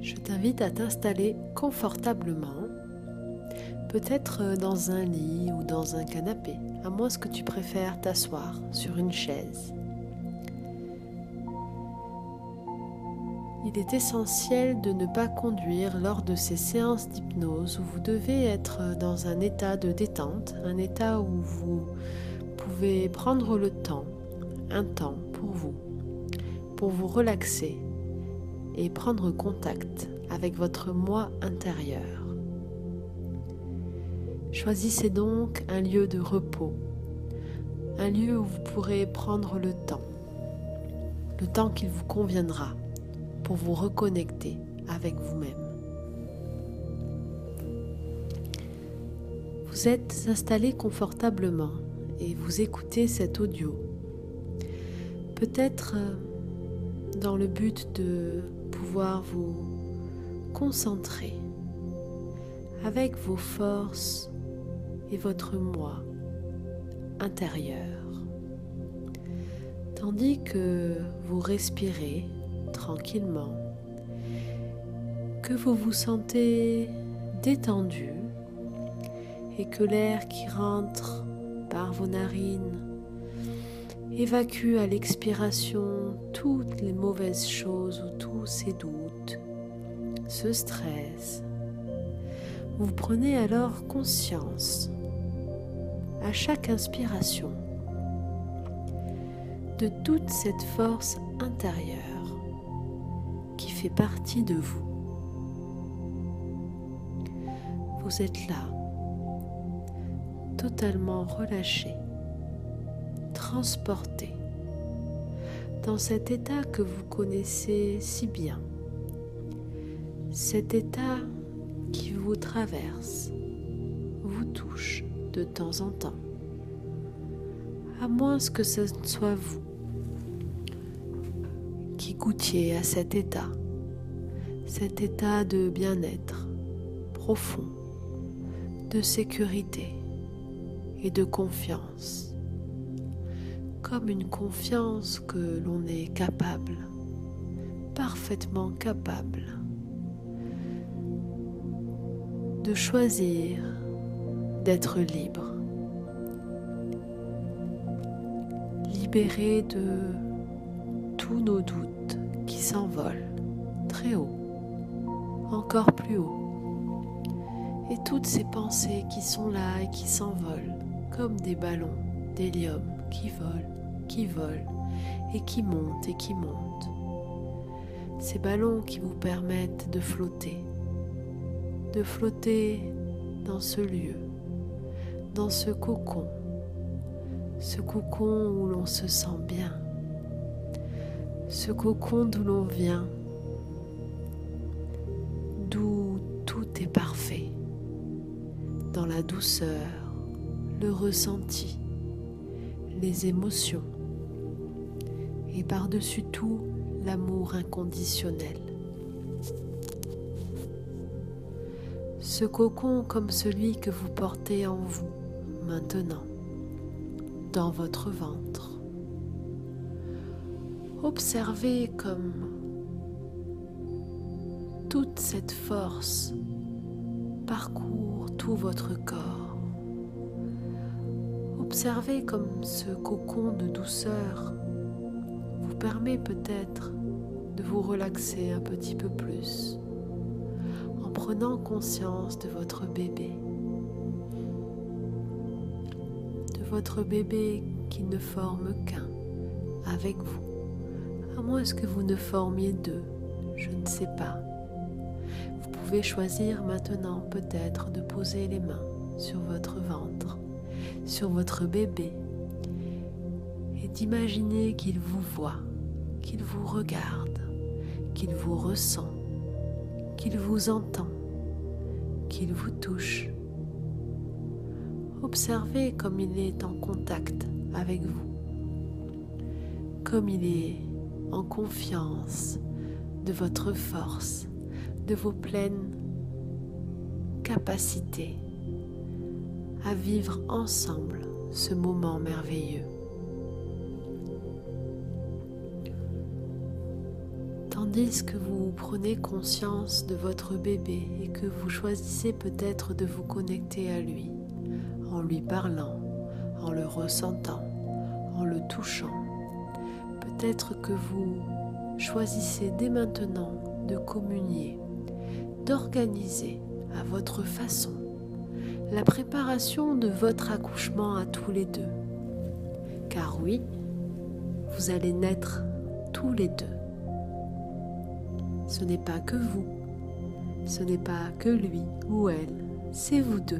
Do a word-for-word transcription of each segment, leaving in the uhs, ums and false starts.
Je t'invite à t'installer confortablement, peut-être dans un lit ou dans un canapé, à moins que tu préfères t'asseoir sur une chaise. Il est essentiel de ne pas conduire lors de ces séances d'hypnose où vous devez être dans un état de détente, un état où vous pouvez prendre le temps, un temps pour vous, pour vous relaxer et prendre contact avec votre moi intérieur. Choisissez donc un lieu de repos, un lieu où vous pourrez prendre le temps, le temps qu'il vous conviendra pour vous reconnecter avec vous-même. Vous êtes installé confortablement et vous écoutez cet audio, peut-être dans le but de pouvoir vous concentrer avec vos forces et votre moi intérieur, tandis que vous respirez tranquillement, que vous vous sentez détendu et que l'air qui rentre par vos narines évacue à l'expiration toutes les mauvaises choses ou tous ces doutes, ce stress. Vous prenez alors conscience à chaque inspiration de toute cette force intérieure qui fait partie de vous. Vous êtes là, totalement relâché, transporté dans cet état que vous connaissez si bien, cet état qui vous traverse, vous touche de temps en temps, à moins que ce ne soit vous qui goûtiez à cet état, cet état de bien-être profond, de sécurité et de confiance, comme une confiance que l'on est capable, parfaitement capable, de choisir d'être libre, libéré de tous nos doutes qui s'envolent très haut, encore plus haut, et toutes ces pensées qui sont là et qui s'envolent comme des ballons d'hélium qui volent, qui volent et qui montent et qui montent. Ces ballons qui vous permettent de flotter, de flotter dans ce lieu, dans ce cocon, ce cocon où l'on se sent bien, ce cocon d'où l'on vient, d'où tout est parfait, dans la douceur, le ressenti, les émotions et par-dessus tout l'amour inconditionnel. Ce cocon comme celui que vous portez en vous maintenant, dans votre ventre. Observez comme toute cette force parcourt tout votre corps. Observez comme ce cocon de douceur vous permet peut-être de vous relaxer un petit peu plus en prenant conscience de votre bébé, de votre bébé qui ne forme qu'un avec vous, à moins que vous ne formiez deux, je ne sais pas. Vous pouvez choisir maintenant peut-être de poser les mains sur votre ventre, sur votre bébé, et d'imaginer qu'il vous voit, qu'il vous regarde, qu'il vous ressent, qu'il vous entend, qu'il vous touche. Observez comme il est en contact avec vous, comme il est en confiance de votre force, de vos pleines capacités à vivre ensemble ce moment merveilleux. tandis que vous prenez conscience de votre bébé et que vous choisissez peut-être de vous connecter à lui, en lui parlant, en le ressentant, en le touchant. Peut-être que vous choisissez dès maintenant de communier, d'organiser à votre façon la préparation de votre accouchement à tous les deux. Car oui, vous allez naître tous les deux. Ce n'est pas que vous, ce n'est pas que lui ou elle, c'est vous deux.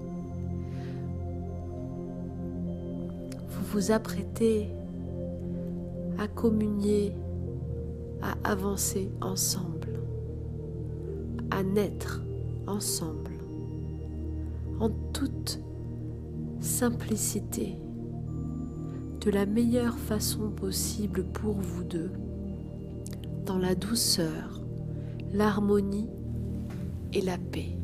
Vous vous apprêtez à communier, à avancer ensemble, à naître ensemble, en toute simplicité, de la meilleure façon possible pour vous deux, dans la douceur, l'harmonie et la paix.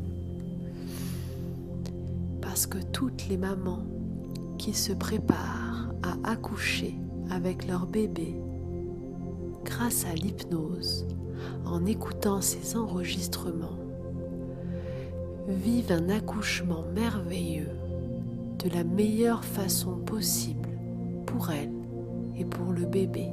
Parce que toutes les mamans qui se préparent à accoucher avec leur bébé, grâce à l'hypnose, en écoutant ces enregistrements, vivent un accouchement merveilleux de la meilleure façon possible pour elles et pour le bébé.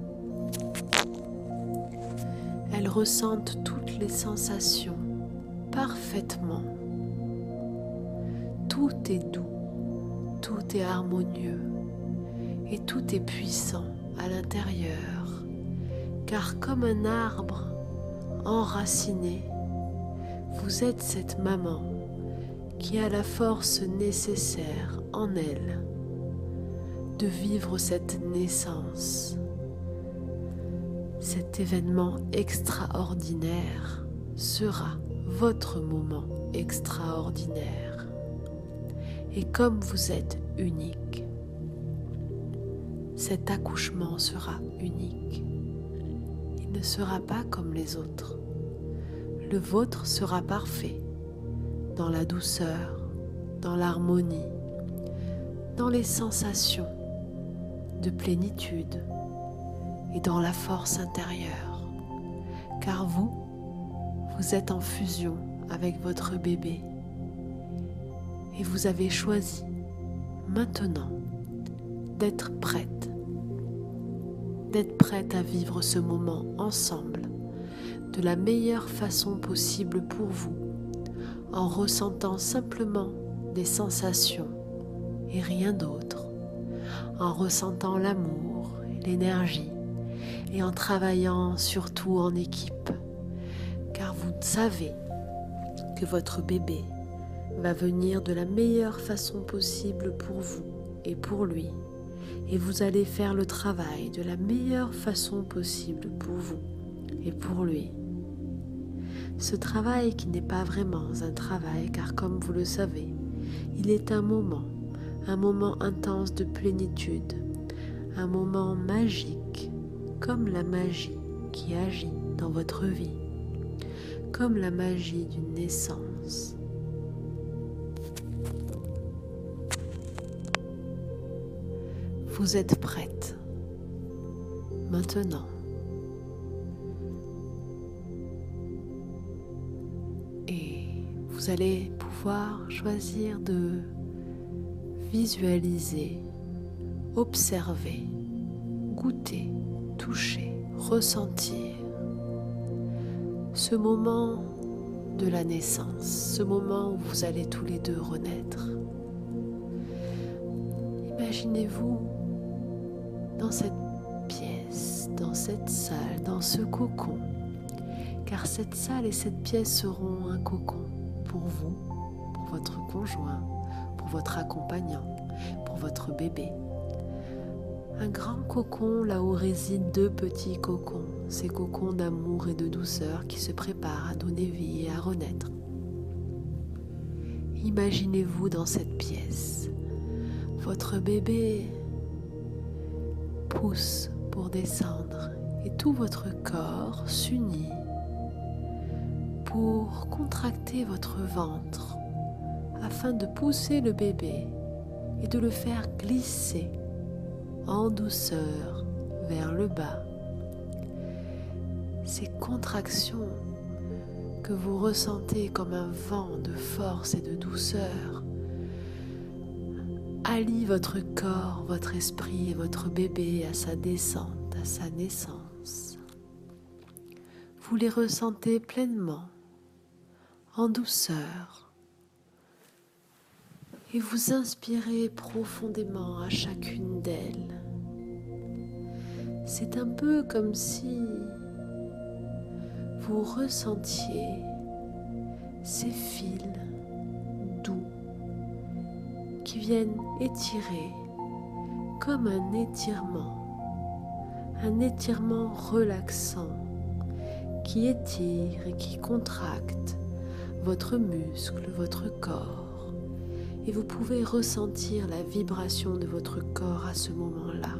Elles ressentent toutes les sensations parfaitement. Tout est doux, tout est harmonieux et tout est puissant à l'intérieur, car comme un arbre enraciné, vous êtes cette maman qui a la force nécessaire en elle de vivre cette naissance. Cet événement extraordinaire sera votre moment extraordinaire. Et comme vous êtes unique, cet accouchement sera unique. Il ne sera pas comme les autres. Le vôtre sera parfait, dans la douceur, dans l'harmonie, dans les sensations de plénitude et dans la force intérieure. Car vous, vous êtes en fusion avec votre bébé et vous avez choisi maintenant d'être prête, d'être prête à vivre ce moment ensemble de la meilleure façon possible pour vous, en ressentant simplement des sensations et rien d'autre, en ressentant l'amour, l'énergie et en travaillant surtout en équipe, car vous savez que votre bébé va venir de la meilleure façon possible pour vous et pour lui, et vous allez faire le travail de la meilleure façon possible pour vous et pour lui. Ce travail qui n'est pas vraiment un travail, car comme vous le savez, il est un moment, un moment intense de plénitude, un moment magique, comme la magie qui agit dans votre vie, comme la magie d'une naissance. Vous êtes prête maintenant. Et vous allez pouvoir choisir de visualiser, observer, goûter, toucher, ressentir ce moment de la naissance, ce moment où vous allez tous les deux renaître. Imaginez-vous dans cette pièce, dans cette salle, dans ce cocon, car cette salle et cette pièce seront un cocon pour vous, pour votre conjoint, pour votre accompagnant, pour votre bébé. Un grand cocon là où résident deux petits cocons, ces cocons d'amour et de douceur qui se préparent à donner vie et à renaître. Imaginez-vous dans cette pièce. Votre bébé pousse pour descendre et tout votre corps s'unit pour contracter votre ventre afin de pousser le bébé et de le faire glisser en douceur vers le bas. ces contractions que vous ressentez comme un vent de force et de douceur allient votre corps, votre esprit et votre bébé à sa descente, à sa naissance. Vous les ressentez pleinement, en douceur, et vous inspirez profondément à chacune d'elles. C'est un peu comme si vous ressentiez ces fils doux qui viennent étirer comme un étirement, un étirement relaxant qui étire et qui contracte votre muscle, votre corps, et vous pouvez ressentir la vibration de votre corps à ce moment-là.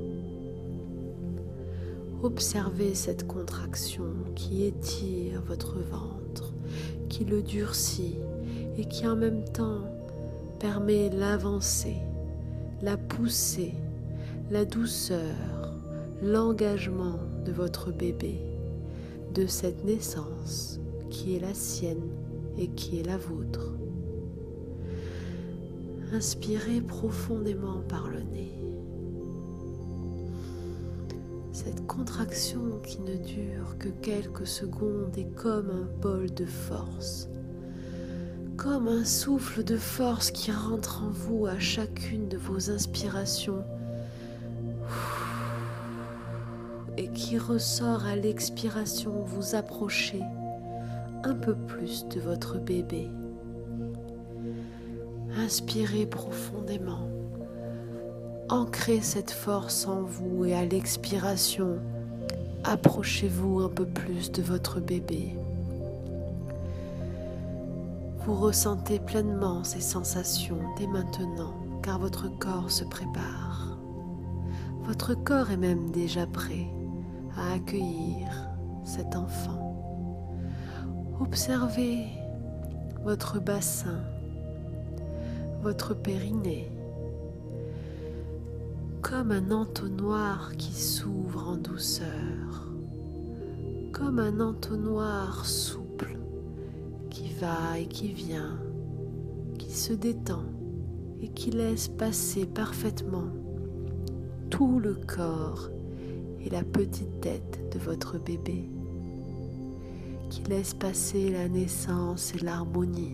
Observez cette contraction qui étire votre ventre, qui le durcit et qui en même temps permet l'avancée, la poussée, la douceur, l'engagement de votre bébé, de cette naissance qui est la sienne et qui est la vôtre. Inspirez profondément par le nez. Cette contraction qui ne dure que quelques secondes est comme un bol de force, comme un souffle de force qui rentre en vous à chacune de vos inspirations et qui ressort à l'expiration. Vous approchez un peu plus de votre bébé. Inspirez profondément. Ancrez cette force en vous et à l'expiration, approchez-vous un peu plus de votre bébé. Vous ressentez pleinement ces sensations dès maintenant, car votre corps se prépare. Votre corps est même déjà prêt à accueillir cet enfant. Observez votre bassin, votre périnée, comme un entonnoir qui s'ouvre en douceur, comme un entonnoir souple qui va et qui vient, qui se détend et qui laisse passer parfaitement tout le corps et la petite tête de votre bébé, qui laisse passer la naissance et l'harmonie,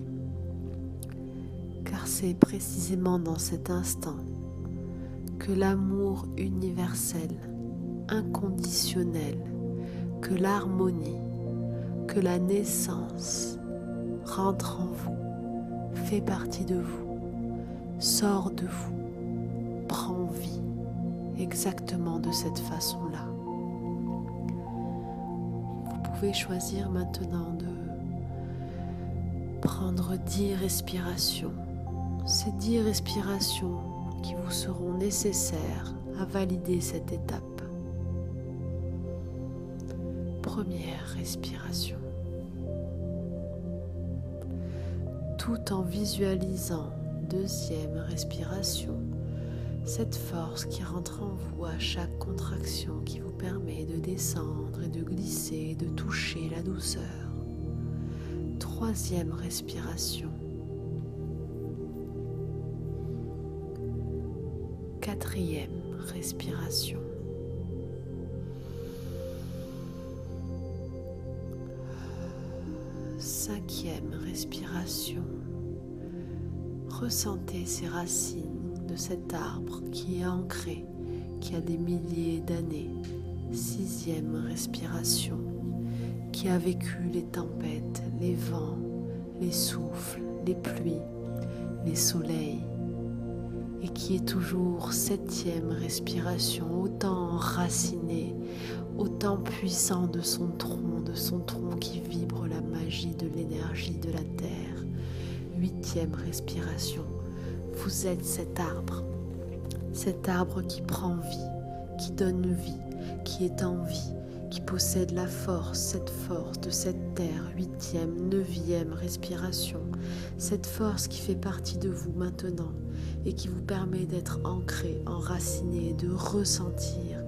car c'est précisément dans cet instant que l'amour universel, inconditionnel, que l'harmonie, que la naissance rentre en vous, fait partie de vous, sort de vous, prend vie, exactement de cette façon-là. Vous pouvez choisir maintenant de prendre dix respirations. Ces dix respirations qui vous seront nécessaires à valider cette étape. Première respiration. Tout en visualisant, deuxième respiration, cette force qui rentre en vous à chaque contraction qui vous permet de descendre et de glisser et de toucher la douceur. Troisième respiration. Quatrième respiration. Cinquième respiration. Ressentez ces racines de cet arbre qui est ancré, qui a des milliers d'années. Sixième respiration. Qui a vécu les tempêtes, les vents, les souffles, les pluies, les soleils. Et qui est toujours septième respiration, autant enraciné, autant puissant de son tronc, de son tronc qui vibre la magie de l'énergie de la terre. Huitième respiration, vous êtes cet arbre, cet arbre qui prend vie, qui donne vie, qui est en vie, qui possède la force, cette force de cette terre. Huitième, neuvième respiration, cette force qui fait partie de vous maintenant et qui vous permet d'être ancré, enraciné, de ressentir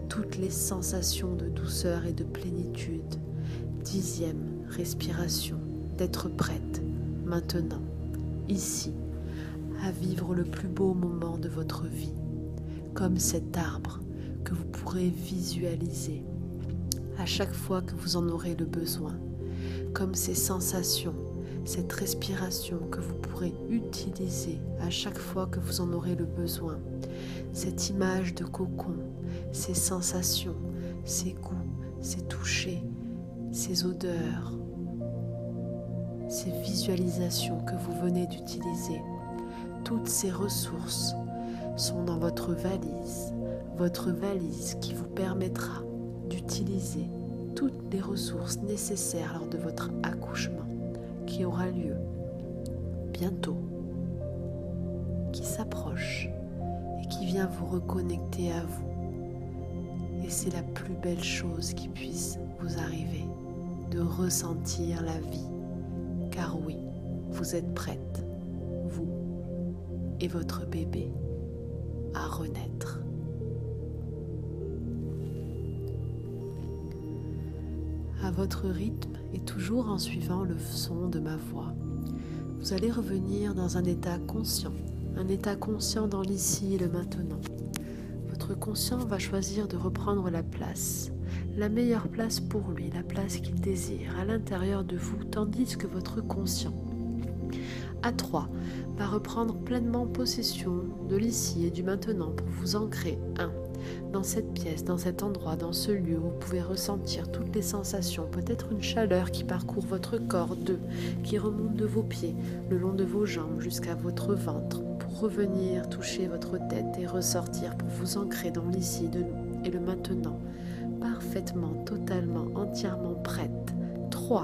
toutes les sensations de douceur et de plénitude. Dixième respiration, d'être prête, maintenant, ici, à vivre le plus beau moment de votre vie, comme cet arbre que vous pourrez visualiser à chaque fois que vous en aurez le besoin, comme ces sensations, cette respiration que vous pourrez utiliser à chaque fois que vous en aurez le besoin, cette image de cocon, ces sensations, ces goûts, ces touchés, ces odeurs, ces visualisations que vous venez d'utiliser. Toutes ces ressources sont dans votre valise, votre valise qui vous permettra d'utiliser toutes les ressources nécessaires lors de votre accouchement qui aura lieu bientôt, qui s'approche et qui vient vous reconnecter à vous. Et c'est la plus belle chose qui puisse vous arriver, de ressentir la vie. Car oui, vous êtes prête, vous et votre bébé, à renaître. À votre rythme et toujours en suivant le son de ma voix, vous allez revenir dans un état conscient, un état conscient dans l'ici et le maintenant. Votre conscient va choisir de reprendre la place, la meilleure place pour lui, la place qu'il désire à l'intérieur de vous, tandis que votre conscient, à trois, va reprendre pleinement possession de l'ici et du maintenant pour vous ancrer, un, dans cette pièce, dans cet endroit, dans ce lieu où vous pouvez ressentir toutes les sensations, peut-être une chaleur qui parcourt votre corps, deux, qui remonte de vos pieds, le long de vos jambes jusqu'à votre ventre, pour revenir toucher votre tête et ressortir pour vous ancrer dans l'ici et le maintenant, parfaitement, totalement, entièrement prête. trois.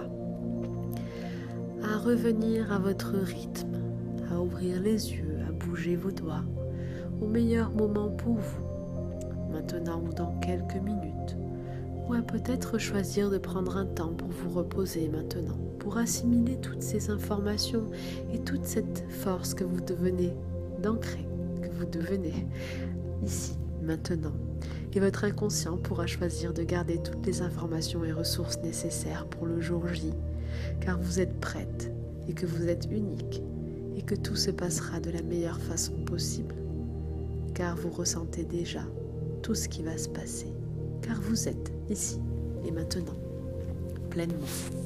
À revenir à votre rythme, à ouvrir les yeux, à bouger vos doigts, au meilleur moment pour vous, maintenant ou dans quelques minutes, ou à peut-être choisir de prendre un temps pour vous reposer maintenant, pour assimiler toutes ces informations et toute cette force que vous devenez d'ancrer, que vous devenez ici, maintenant. Et votre inconscient pourra choisir de garder toutes les informations et ressources nécessaires pour le jour J, car vous êtes prête et que vous êtes unique et que tout se passera de la meilleure façon possible, car vous ressentez déjà tout ce qui va se passer, car vous êtes ici et maintenant, pleinement.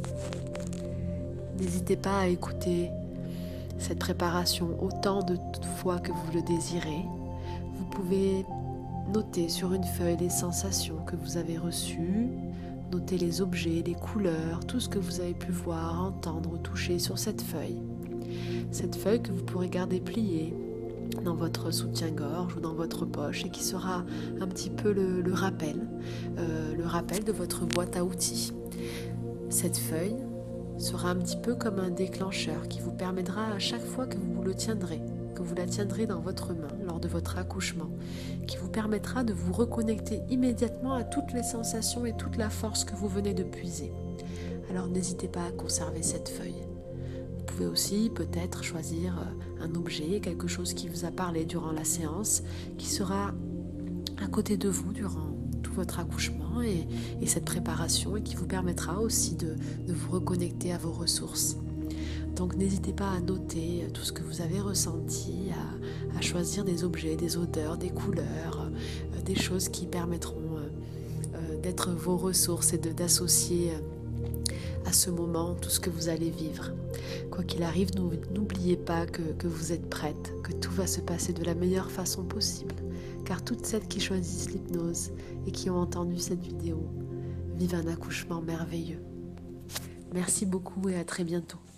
N'hésitez pas à écouter cette préparation autant de fois que vous le désirez. Vous pouvez noter sur une feuille les sensations que vous avez reçues, noter les objets, les couleurs, tout ce que vous avez pu voir, entendre ou toucher sur cette feuille. Cette feuille que vous pourrez garder pliée dans votre soutien-gorge ou dans votre poche et qui sera un petit peu le, le rappel, euh, le rappel de votre boîte à outils. Cette feuille sera un petit peu comme un déclencheur qui vous permettra à chaque fois que vous le tiendrez, que vous la tiendrez dans votre main lors de votre accouchement, qui vous permettra de vous reconnecter immédiatement à toutes les sensations et toute la force que vous venez de puiser. Alors n'hésitez pas à conserver cette feuille. Vous pouvez aussi peut-être choisir un objet, quelque chose qui vous a parlé durant la séance, qui sera à côté de vous durant tout votre accouchement et, et cette préparation et qui vous permettra aussi de, de vous reconnecter à vos ressources. Donc n'hésitez pas à noter tout ce que vous avez ressenti, à, à choisir des objets, des odeurs, des couleurs, euh, des choses qui permettront euh, euh, d'être vos ressources et de, d'associer euh, à ce moment tout ce que vous allez vivre. Quoi qu'il arrive, n'oubliez pas que, que vous êtes prête, que tout va se passer de la meilleure façon possible, car toutes celles qui choisissent l'hypnose et qui ont entendu cette vidéo vivent un accouchement merveilleux. Merci beaucoup et à très bientôt.